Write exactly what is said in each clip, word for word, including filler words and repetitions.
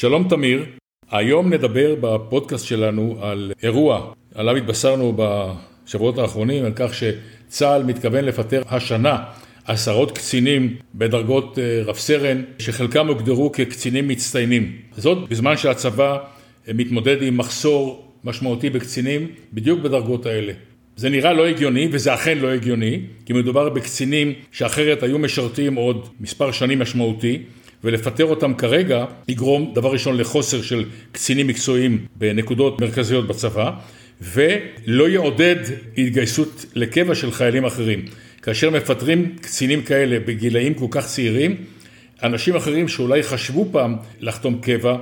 שלום תמיר, היום נדבר בפודקאסט שלנו על אירוע עליו התבשרנו בשבועות האחרונים, על כך שצה"ל מתכוון לפטר השנה עשרות קצינים בדרגות רב סרן, שחלקם הוגדרו כקצינים מצטיינים. זאת בזמן שהצבא מתמודד עם מחסור משמעותי בקצינים בדיוק בדרגות האלה. זה נראה לא הגיוני, וזה אכן לא הגיוני, כי מדובר בקצינים שאחרת היו משרתים עוד מספר שנים משמעותי, ולפטר אותם כרגע יגרום דבר ראשון לחוסר של קצינים מקצועיים בנקודות מרכזיות בצבא, ולא יעודד התגייסות לקבע של חיילים אחרים. כאשר מפטרים קצינים כאלה בגילאים כל כך צעירים, אנשים אחרים שאולי חשבו פעם לחתום קבע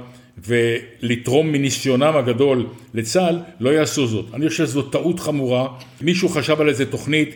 ולתרום מניסיונם הגדול לצה"ל, לא יעשו זאת. אני חושב שזו טעות חמורה. מישהו חשב על איזה תוכנית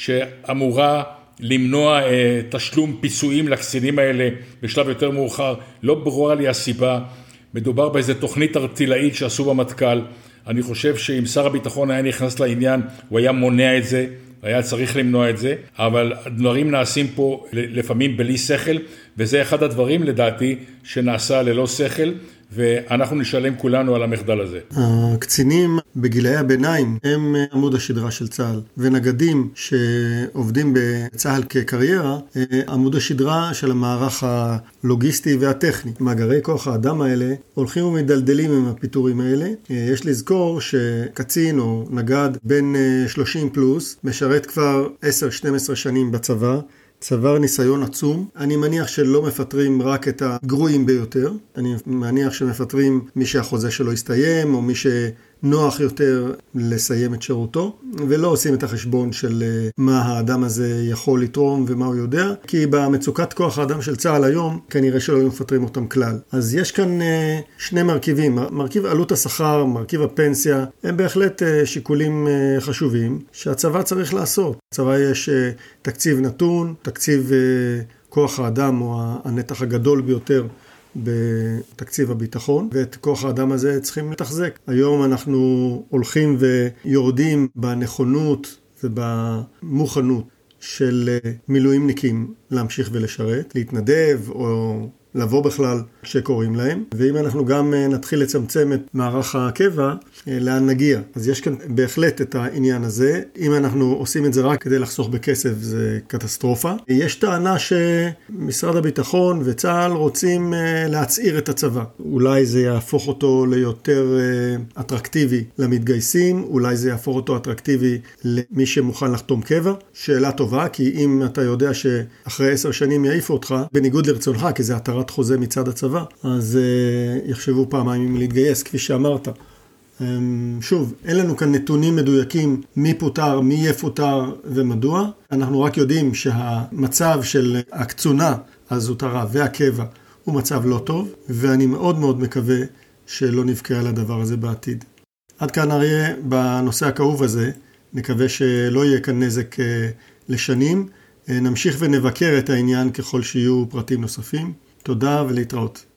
שאמורה למנוע אה, תשלום פיצויים לקצינים האלה בשלב יותר מאוחר. לא ברורה לי הסיבה. מדובר באיזה תוכנית ארטילאית שעשו במטכ"ל. אני חושב שאם שר הביטחון היה נכנס לעניין, הוא היה מונע את זה, היה צריך למנוע את זה, אבל הדברים נעשים פה לפעמים בלי שכל, וזה אחד הדברים לדעתי שנעשה ללא שכל, ואנחנו נשלם כולנו על המחדל הזה. הקצינים בגילאי הביניים הם עמוד השדרה של צה"ל, ונגדים שעובדים בצה"ל כקריירה, עמוד השדרה של המערך הלוגיסטי והטכני. מאגרי כוח האדם האלה הולכים ומדלדלים עם הפיטורים האלה. יש לזכור שקצין או נגד בין שלושים פלוס משרת כבר עשר שתים עשרה שנים בצבא, צבר ניסיון עצום. אני מניח שלא מפטרים רק את הגרועים ביותר. אני מניח שמפטרים מי שהחוזה שלו הסתיים, או מי שנוח יותר לסיים את שירותו, ולא עושים את החשבון של מה האדם הזה יכול לתרום ומה הוא יודע, כי במצוקת כוח האדם של צה"ל היום, כנראה שלא מפטרים אותם כלל. אז יש כאן שני מרכיבים. מרכיב עלות השכר, מרכיב הפנסיה, הם בהחלט שיקולים חשובים שהצבא צריך לעשות. בצבא יש תקציב נתון, תקציב כוח האדם הוא הנתח הגדול ביותר בתקציב הביטחון, ואת כוח האדם הזה צריכים לתחזק. היום אנחנו הולכים ויורדים בנכונות ובמוכנות של מילואימניקים להמשיך ולשרת, להתנדב או לבוא בכלל שקוראים להם, ואם אנחנו גם נתחיל לצמצם את מערך הקבע, לאן נגיע. אז יש כאן בהחלט את העניין הזה. אם אנחנו עושים את זה רק כדי לחסוך בכסף, זה קטסטרופה. יש טענה שמשרד הביטחון וצה"ל רוצים להצעיר את הצבא. אולי זה יהפוך אותו ליותר אטרקטיבי למתגייסים, אולי זה יהפוך אותו אטרקטיבי למי שמוכן לחתום קבע. שאלה טובה, כי אם אתה יודע שאחרי עשר שנים יעיפו אותך, בניגוד לרצונך, כי זה התרת חוזה מצד הצבא, אז uh, יחשבו פעמיים אם להתגייס, כפי שאמרת. Um, שוב, אין לנו כאן נתונים מדויקים מי פוטר, מי יפוטר ומדוע. אנחנו רק יודעים שהמצב של הקצונה, הזוטרה והקבע, הוא מצב לא טוב, ואני מאוד מאוד מקווה שלא נבכה על הדבר הזה בעתיד. עד כאן אריה בנושא הכאוב הזה, נקווה שלא יהיה כאן נזק uh, לשנים. Uh, נמשיך ונבקר את העניין ככל שיהיו פרטים נוספים. תודה ולהתראות.